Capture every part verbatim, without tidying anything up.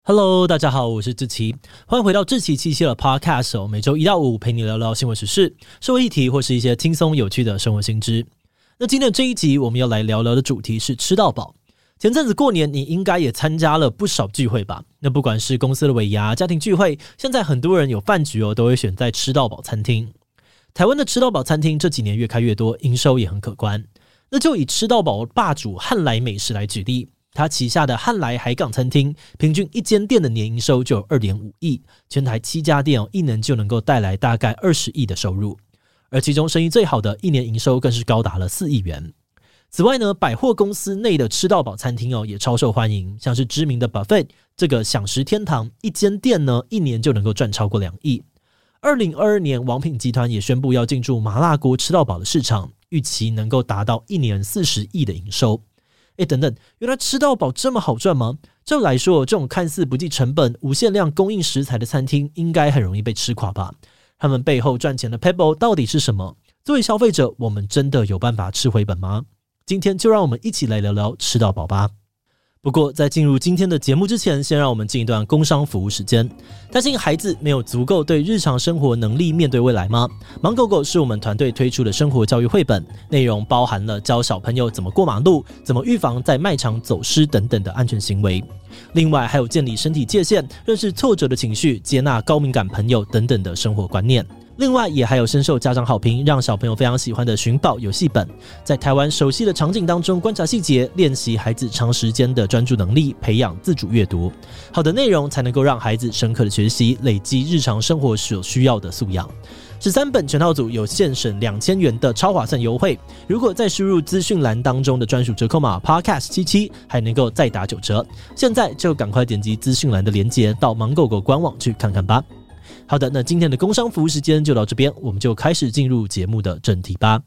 Hello， 大家好，我是志祺，欢迎回到志祺七七的 Podcast， 每周一到五陪你聊聊新闻时事、社会议题或是一些轻松有趣的生活新知。那今天的这一集我们要来聊聊的主题是吃到饱。前阵子过年你应该也参加了不少聚会吧？那不管是公司的尾牙、家庭聚会，现在很多人有饭局哦，都会选在吃到饱餐厅。台湾的吃到饱餐厅这几年越开越多，营收也很可观。那就以吃到饱霸主汉来美食来举例，他旗下的汉来海港餐厅，平均一间店的年营收就有 二点五亿，全台七家店、哦、一年就能够带来大概二十亿的收入，而其中生意最好的一年营收更是高达了四亿元。此外呢，百货公司内的吃到饱餐厅、哦、也超受欢迎，像是知名的 Buffet 这个享食天堂，一间店呢一年就能够赚超过两亿。二零二二年，王品集团也宣布要进驻麻辣锅吃到饱的市场，预期能够达到一年四十亿的营收。诶，等等，原来吃到饱这么好赚吗？照来说，这种看似不计成本、无限量供应食材的餐厅，应该很容易被吃垮吧？他们背后赚钱的 Pebble 到底是什么？作为消费者，我们真的有办法吃回本吗？今天就让我们一起来聊聊吃到饱吧。不过在进入今天的节目之前，先让我们进一段工商服务时间。担心孩子没有足够对日常生活能力面对未来吗？盲狗狗是我们团队推出的生活教育绘本，内容包含了教小朋友怎么过马路、怎么预防在卖场走失等等的安全行为。另外还有建立身体界限、认识挫折的情绪、接纳高敏感朋友等等的生活观念。另外也还有深受家长好评，让小朋友非常喜欢的寻宝游戏本，在台湾熟悉的场景当中观察细节，练习孩子长时间的专注能力，培养自主阅读。好的内容才能够让孩子深刻的学习，累积日常生活所需要的素养。十三本全套组有现省两千元的超划算优惠，如果再输入资讯栏当中的专属折扣码 podcast 七七，还能够再打九折。现在就赶快点击资讯栏的连结，到盲狗狗官网去看看吧。好的，那今天的工商服务时间就到这边，我们就开始进入节目的正题吧。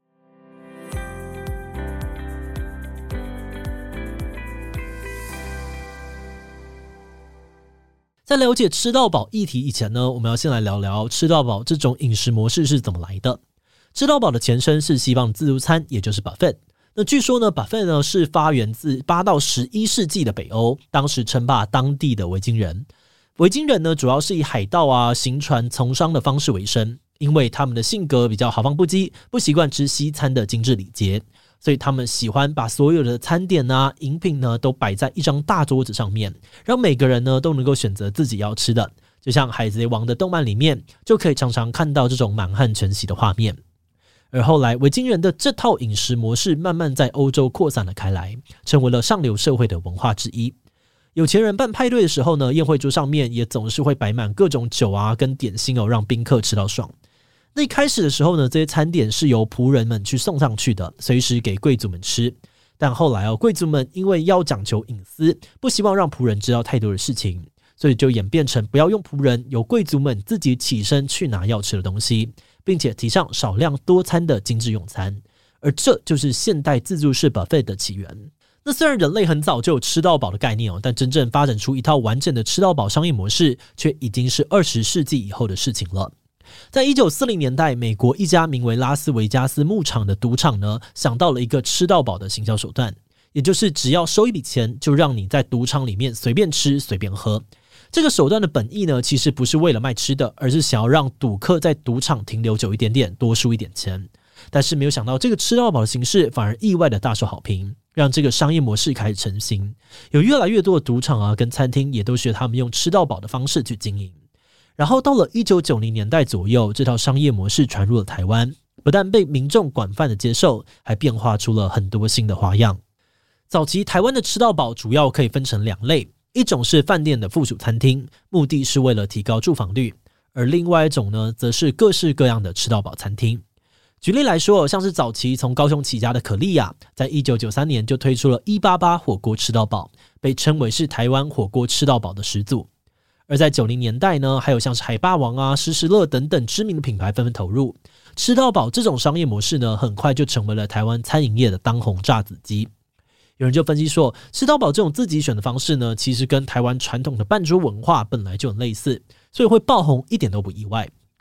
在了解吃到饱议题以前呢，我们要先来聊聊吃到饱这种饮食模式是怎么来的。吃到饱的前身是西方自助餐，也就是 Buffet。那据说呢 ，Buffet 呢是发源自八到十一世纪的北欧，当时称霸当地的维京人。维京人呢，主要是以海盗啊、行船、从商的方式为生，因为他们的性格比较豪放不羁，不习惯吃西餐的精致礼节，所以他们喜欢把所有的餐点啊、饮品呢都摆在一张大桌子上面，让每个人呢都能够选择自己要吃的。就像海贼王的动漫里面，就可以常常看到这种满汉全席的画面。而后来，维京人的这套饮食模式慢慢在欧洲扩散了开来，成为了上流社会的文化之一。有钱人办派对的时候呢，宴会桌上面也总是会摆满各种酒啊跟点心哦，让宾客吃到爽。那一开始的时候呢，这些餐点是由仆人们去送上去的，随时给贵族们吃。但后来哦，贵族们因为要讲求隐私，不希望让仆人知道太多的事情，所以就演变成不要用仆人，由贵族们自己起身去拿要吃的东西，并且提倡少量多餐的精致用餐。而这就是现代自助式 Buffet 的起源。那虽然人类很早就有吃到饱的概念哦，但真正发展出一套完整的吃到饱商业模式，却已经是二十世纪以后的事情了。在一九四零年代，美国一家名为拉斯维加斯牧场的赌场呢，想到了一个吃到饱的行销手段，也就是只要收一笔钱，就让你在赌场里面随便吃随便喝。这个手段的本意呢，其实不是为了卖吃的，而是想要让赌客在赌场停留久一点点，多输一点钱。但是没有想到，这个吃到饱的形式反而意外的大受好评，让这个商业模式开始成型。有越来越多的赌场啊跟餐厅也都学他们用吃到饱的方式去经营。然后到了一九九零年代左右，这套商业模式传入了台湾，不但被民众广泛的接受，还变化出了很多新的花样。早期台湾的吃到饱主要可以分成两类，一种是饭店的附属餐厅，目的是为了提高住房率，而另外一种呢，则是各式各样的吃到饱餐厅。举例来说，像是早期从高雄起家的可丽亚，在一九九三年就推出了一八八火锅吃到饱，被称为是台湾火锅吃到饱的始祖。而在九零年代呢，还有像是海霸王啊、时时乐等等知名的品牌纷纷投入吃到饱这种商业模式呢，很快就成为了台湾餐饮业的当红炸子鸡。有人就分析说，吃到饱这种自己选的方式呢，其实跟台湾传统的办桌文化本来就很类似，所以会爆红一点都不意外。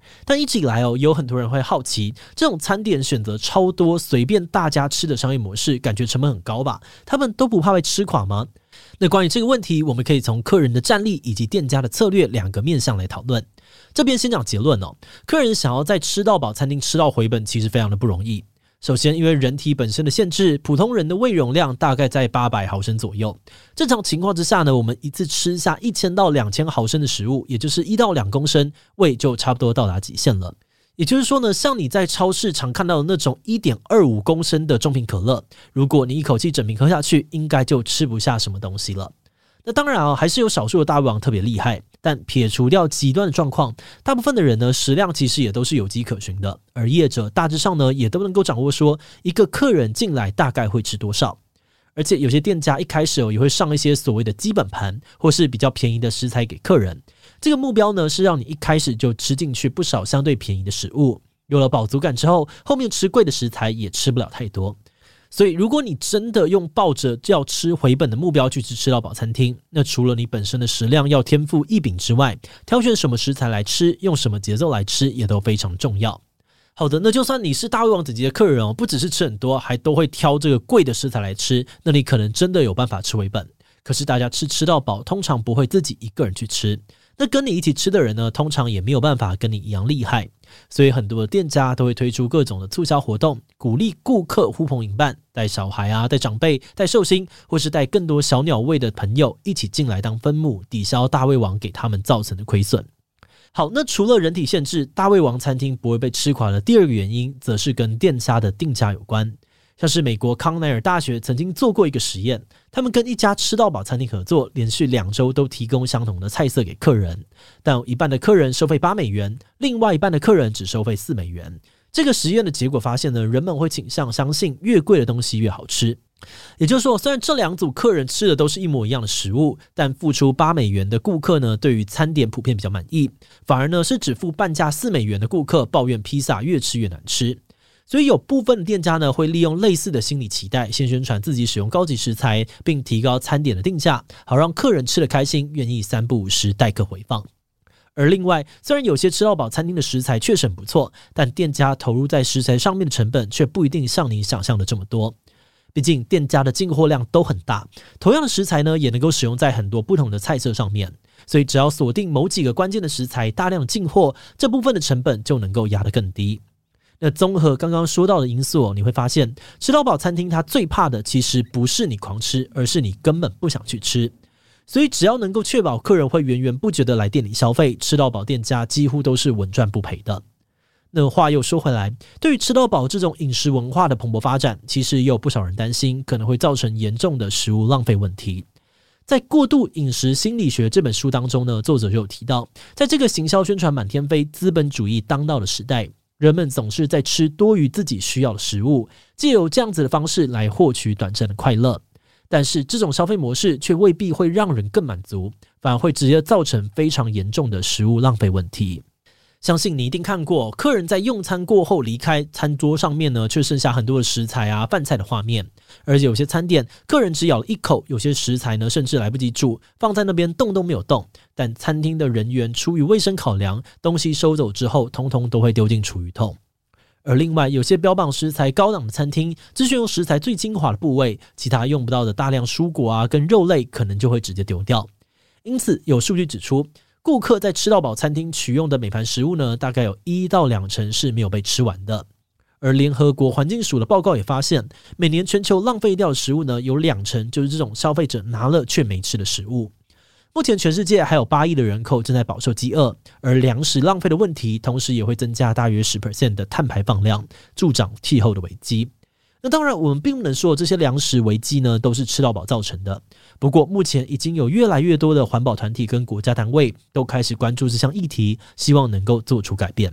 但一直以来哦，有很多人会好奇，这种餐点选择超多、随便大家吃的商业模式，感觉成本很高吧？他们都不怕被吃垮吗？那关于这个问题，我们可以从客人的战力以及店家的策略两个面向来讨论。这边先讲结论哦，客人想要在吃到饱餐厅吃到回本，其实非常的不容易。首先，因为人体本身的限制，普通人的胃容量大概在八百毫升左右。正常情况之下呢，我们一次吃下一千到两千毫升的食物，也就是一到两公升，胃就差不多到达极限了。也就是说呢，像你在超市常看到的那种 一点二五公升的中瓶可乐，如果你一口气整瓶喝下去，应该就吃不下什么东西了。那当然啊，还是有少数的大胃王特别厉害，但撇除掉极端的状况，大部分的人呢，食量其实也都是有迹可循的，而业者大致上呢，也都能够掌握说一个客人进来大概会吃多少。而且有些店家一开始哦，也会上一些所谓的基本盘，或是比较便宜的食材给客人。这个目标呢，是让你一开始就吃进去不少相对便宜的食物，有了饱足感之后，后面吃贵的食材也吃不了太多。所以如果你真的用抱着要吃回本的目标去吃吃到饱餐厅，那除了你本身的食量要天赋异禀之外，挑选什么食材来吃，用什么节奏来吃也都非常重要。好的，那就算你是大胃王等级的客人哦，不只是吃很多，还都会挑这个贵的食材来吃，那你可能真的有办法吃回本。可是大家吃吃到饱通常不会自己一个人去吃，那跟你一起吃的人呢，通常也没有办法跟你一样厉害，所以很多的店家都会推出各种的促销活动，鼓励顾客呼朋引伴，带小孩啊，带长辈，带寿星，或是带更多小鸟胃的朋友一起进来当分母，抵消大胃王给他们造成的亏损。好，那除了人体限制，大胃王餐厅不会被吃垮的第二个原因，则是跟店家的定价有关。像是美国康奈尔大学曾经做过一个实验，他们跟一家吃到饱餐厅合作，连续两周都提供相同的菜色给客人，但有一半的客人收费八美元，另外一半的客人只收费四美元。这个实验的结果发现呢，人们会倾向相信越贵的东西越好吃。也就是说，虽然这两组客人吃的都是一模一样的食物，但付出八美元的顾客呢，对于餐点普遍比较满意，反而呢是只付半价四美元的顾客抱怨披萨越吃越难吃。所以有部分的店家呢，会利用类似的心理期待，先宣传自己使用高级食材，并提高餐点的定价，好让客人吃得开心，愿意三不五时待客回放。而另外，虽然有些吃到饱餐厅的食材确实很不错，但店家投入在食材上面的成本却不一定像你想象的这么多。毕竟店家的进货量都很大，同样的食材呢，也能够使用在很多不同的菜色上面，所以只要锁定某几个关键的食材，大量进货，这部分的成本就能够压得更低。那综合刚刚说到的因素，你会发现吃到饱餐厅它最怕的其实不是你狂吃，而是你根本不想去吃。所以只要能够确保客人会源源不绝的来店里消费，吃到饱店家几乎都是稳赚不赔的。那话又说回来，对于吃到饱这种饮食文化的蓬勃发展，其实也有不少人担心可能会造成严重的食物浪费问题。在《过度饮食心理学》这本书当中呢，作者就有提到，在这个行销宣传满天飞、资本主义当道的时代，人们总是在吃多于自己需要的食物，藉由这样子的方式来获取短暂的快乐。但是这种消费模式却未必会让人更满足，反而会直接造成非常严重的食物浪费问题。相信你一定看过客人在用餐过后离开餐桌上面呢，却剩下很多的食材啊饭菜的画面。而且有些餐点客人只咬了一口，有些食材呢甚至来不及煮，放在那边动都没有动，但餐厅的人员出于卫生考量，东西收走之后通通都会丢进厨余桶。而另外有些标榜食材高档的餐厅，只选用食材最精华的部位，其他用不到的大量蔬果啊跟肉类可能就会直接丢掉。因此有数据指出，顾客在吃到饱餐厅取用的每盘食物呢，大概有一到两成是没有被吃完的。而联合国环境署的报告也发现，每年全球浪费掉的食物呢，有两成就是这种消费者拿了却没吃的食物。目前全世界还有八亿的人口正在饱受饥饿，而粮食浪费的问题，同时也会增加大约 百分之十 的碳排放量，助长气候的危机。那当然我们并不能说这些粮食危机呢都是吃到饱造成的，不过目前已经有越来越多的环保团体跟国家单位都开始关注这项议题，希望能够做出改变。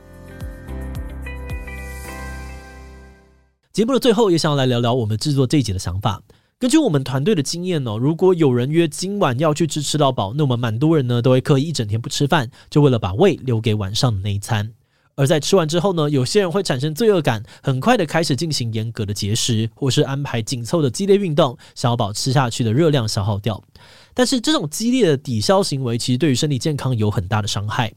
节目的最后也想要来聊聊我们制作这一集的想法。根据我们团队的经验哦，如果有人约今晚要去吃吃到饱，那我们蛮多人呢都会刻意一整天不吃饭，就为了把胃留给晚上的那一餐。而在吃完之后呢，有些人会产生罪恶感，很快的开始进行严格的节食，或是安排紧凑的激烈运动，想要把吃下去的热量消耗掉。但是这种激烈的抵消行为其实对于身体健康有很大的伤害。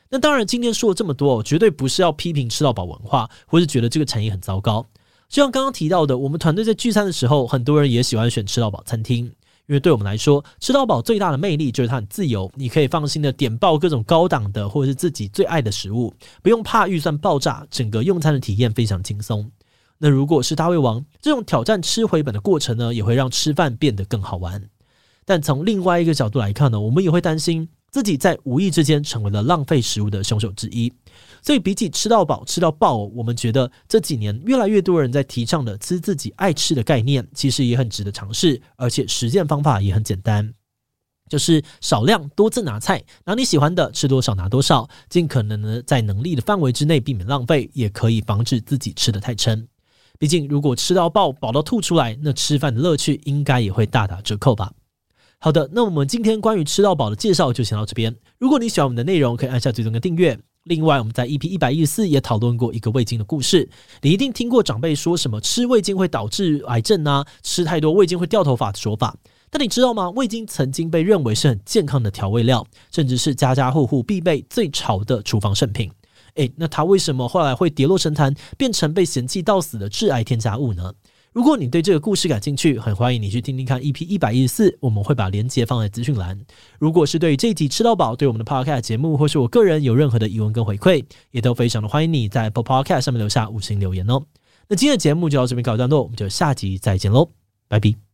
那当然今天说了这么多，绝对不是要批评吃到饱文化，或是觉得这个产业很糟糕。就像刚刚提到的，我们团队在聚餐的时候，很多人也喜欢选吃到饱餐厅，因为对我们来说，吃到饱最大的魅力就是它很自由，你可以放心的点爆各种高档的或者是自己最爱的食物，不用怕预算爆炸，整个用餐的体验非常轻松。那如果是大胃王，这种挑战吃回本的过程呢，也会让吃饭变得更好玩。但从另外一个角度来看呢，我们也会担心自己在无意之间成为了浪费食物的凶手之一。所以比起吃到饱吃到爆，我们觉得这几年越来越多人在提倡的吃自己爱吃的概念，其实也很值得尝试，而且实践方法也很简单，就是少量多次拿菜，拿你喜欢的，吃多少拿多少，尽可能的在能力的范围之内避免浪费，也可以防止自己吃得太撑。毕竟如果吃到爆饱到吐出来，那吃饭的乐趣应该也会大打折扣吧。好的，那我们今天关于吃到饱的介绍就先到这边。如果你喜欢我们的内容，可以按下追踪跟订阅。另外，我们在 E P 一百一十四也讨论过一个味精的故事。你一定听过长辈说什么吃味精会导致癌症啊，吃太多味精会掉头发的说法。但你知道吗？味精曾经被认为是很健康的调味料，甚至是家家户户必备最潮的厨房圣品。诶，那它为什么后来会跌落神坛，变成被嫌弃到死的致癌添加物呢？如果你对这个故事感兴趣，很欢迎你去听听看 E P 一百一十四，我们会把连结放在资讯栏。如果是对于这一集吃到饱，对我们的 Podcast 节目或是我个人有任何的疑问跟回馈，也都非常的欢迎你在 Apple Podcast 上面留下五星留言哦。那今天的节目就到这边告一段落，我们就下集再见喽，拜拜。